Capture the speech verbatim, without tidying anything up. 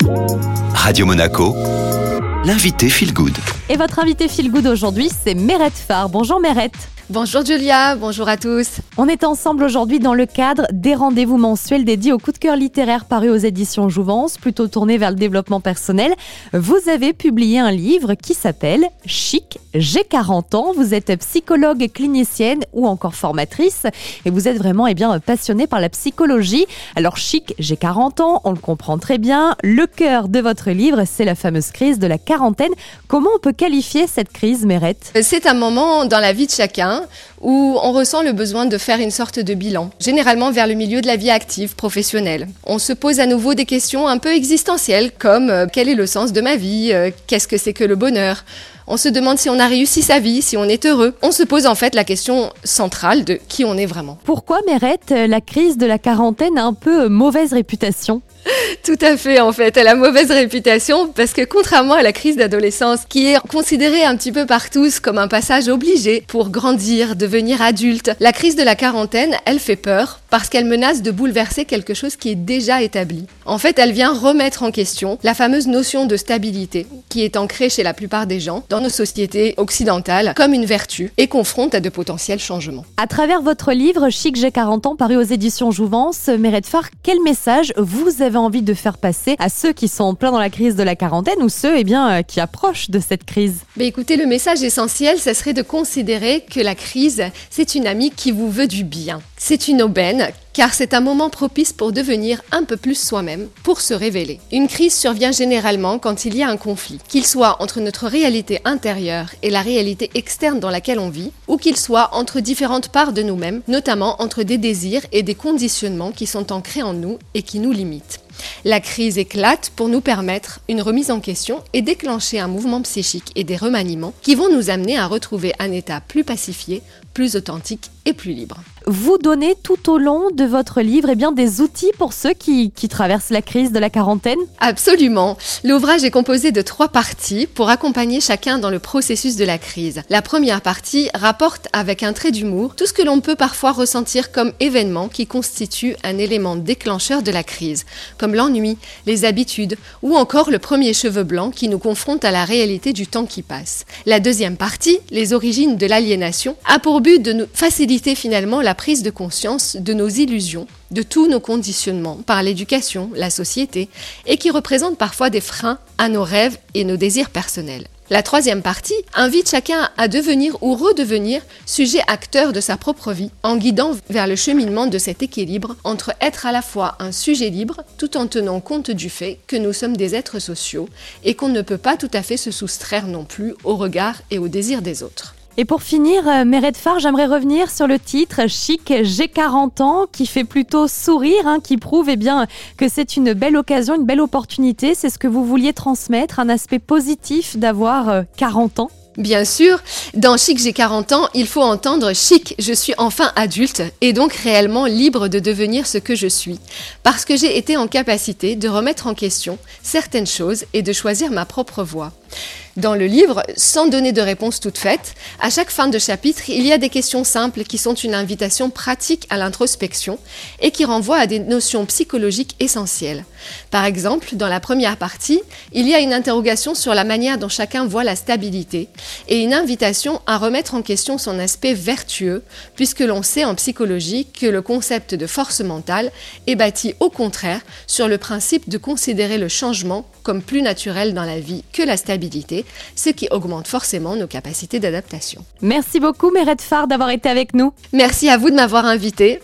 Radio Monaco, l'invité Feel Good. Et votre invité Feel Good aujourd'hui, c'est Mérette Farr. Bonjour Mérette. Bonjour Julia, bonjour à tous. On est ensemble aujourd'hui dans le cadre des rendez-vous mensuels dédiés au coup de cœur littéraire paru aux éditions Jouvence, plutôt tourné vers le développement personnel. Vous avez publié un livre qui s'appelle « Chic, j'ai quarante ans ». Vous êtes psychologue, clinicienne ou encore formatrice et vous êtes vraiment eh bien, passionnée par la psychologie. Alors chic, j'ai quarante ans, on le comprend très bien. Le cœur de votre livre, c'est la fameuse crise de la quarantaine. Comment on peut qualifier cette crise, Mérette ? C'est un moment dans la vie de chacun où on ressent le besoin de faire une sorte de bilan, généralement vers le milieu de la vie active, professionnelle. On se pose à nouveau des questions un peu existentielles comme euh, quel est le sens de ma vie, euh, qu'est-ce que c'est que le bonheur ? On se demande si on a réussi sa vie, si on est heureux. On se pose en fait la question centrale de qui on est vraiment. Pourquoi, Mérette, la crise de la quarantaine a un peu mauvaise réputation ? Tout à fait, en fait. Elle a mauvaise réputation parce que contrairement à la crise d'adolescence, qui est considérée un petit peu par tous comme un passage obligé pour grandir, devenir adulte, la crise de la quarantaine, elle fait peur parce qu'elle menace de bouleverser quelque chose qui est déjà établi. En fait, elle vient remettre en question la fameuse notion de stabilité qui est ancrée chez la plupart des gens dans nos sociétés occidentales comme une vertu et confronte à de potentiels changements. À travers votre livre « Chic, j'ai quarante ans » paru aux éditions Jouvence, Mérette Farr, quel message vous avez envie de faire passer à ceux qui sont en plein dans la crise de la quarantaine ou ceux eh bien, qui approchent de cette crise ? Mais écoutez, le message essentiel, ça serait de considérer que la crise, c'est une amie qui vous veut du bien. C'est une aubaine, car c'est un moment propice pour devenir un peu plus soi-même, pour se révéler. Une crise survient généralement quand il y a un conflit, qu'il soit entre notre réalité intérieure et la réalité externe dans laquelle on vit, ou qu'il soit entre différentes parts de nous-mêmes, notamment entre des désirs et des conditionnements qui sont ancrés en nous et qui nous limitent. La crise éclate pour nous permettre une remise en question et déclencher un mouvement psychique et des remaniements qui vont nous amener à retrouver un état plus pacifié, plus authentique et plus libre. Vous donnez tout au long de votre livre eh bien, des outils pour ceux qui, qui traversent la crise de la quarantaine ? Absolument. L'ouvrage est composé de trois parties pour accompagner chacun dans le processus de la crise. La première partie rapporte avec un trait d'humour tout ce que l'on peut parfois ressentir comme événement qui constitue un élément déclencheur de la crise, comme l'ennui, les habitudes ou encore le premier cheveu blanc qui nous confronte à la réalité du temps qui passe. La deuxième partie, les origines de l'aliénation, a pour but de nous faciliter finalement la prise de conscience de nos illusions, de tous nos conditionnements par l'éducation, la société, et qui représentent parfois des freins à nos rêves et nos désirs personnels. La troisième partie invite chacun à devenir ou redevenir sujet acteur de sa propre vie, en guidant vers le cheminement de cet équilibre entre être à la fois un sujet libre, tout en tenant compte du fait que nous sommes des êtres sociaux et qu'on ne peut pas tout à fait se soustraire non plus au regard et aux désirs des autres. Et pour finir, euh, Mérette Farr, j'aimerais revenir sur le titre « Chic, j'ai quarante ans » qui fait plutôt sourire, hein, qui prouve eh bien, que c'est une belle occasion, une belle opportunité. C'est ce que vous vouliez transmettre, un aspect positif d'avoir euh, quarante ans ? Bien sûr, dans Chic, j'ai quarante ans, il faut entendre chic, je suis enfin adulte et donc réellement libre de devenir ce que je suis. Parce que j'ai été en capacité de remettre en question certaines choses et de choisir ma propre voie. Dans le livre, sans donner de réponse toute faite, à chaque fin de chapitre, il y a des questions simples qui sont une invitation pratique à l'introspection et qui renvoient à des notions psychologiques essentielles. Par exemple, dans la première partie, il y a une interrogation sur la manière dont chacun voit la stabilité et une invitation à remettre en question son aspect vertueux, puisque l'on sait en psychologie que le concept de force mentale est bâti au contraire sur le principe de considérer le changement comme plus naturel dans la vie que la stabilité, ce qui augmente forcément nos capacités d'adaptation. Merci beaucoup Mérette Farr d'avoir été avec nous. Merci à vous de m'avoir invitée.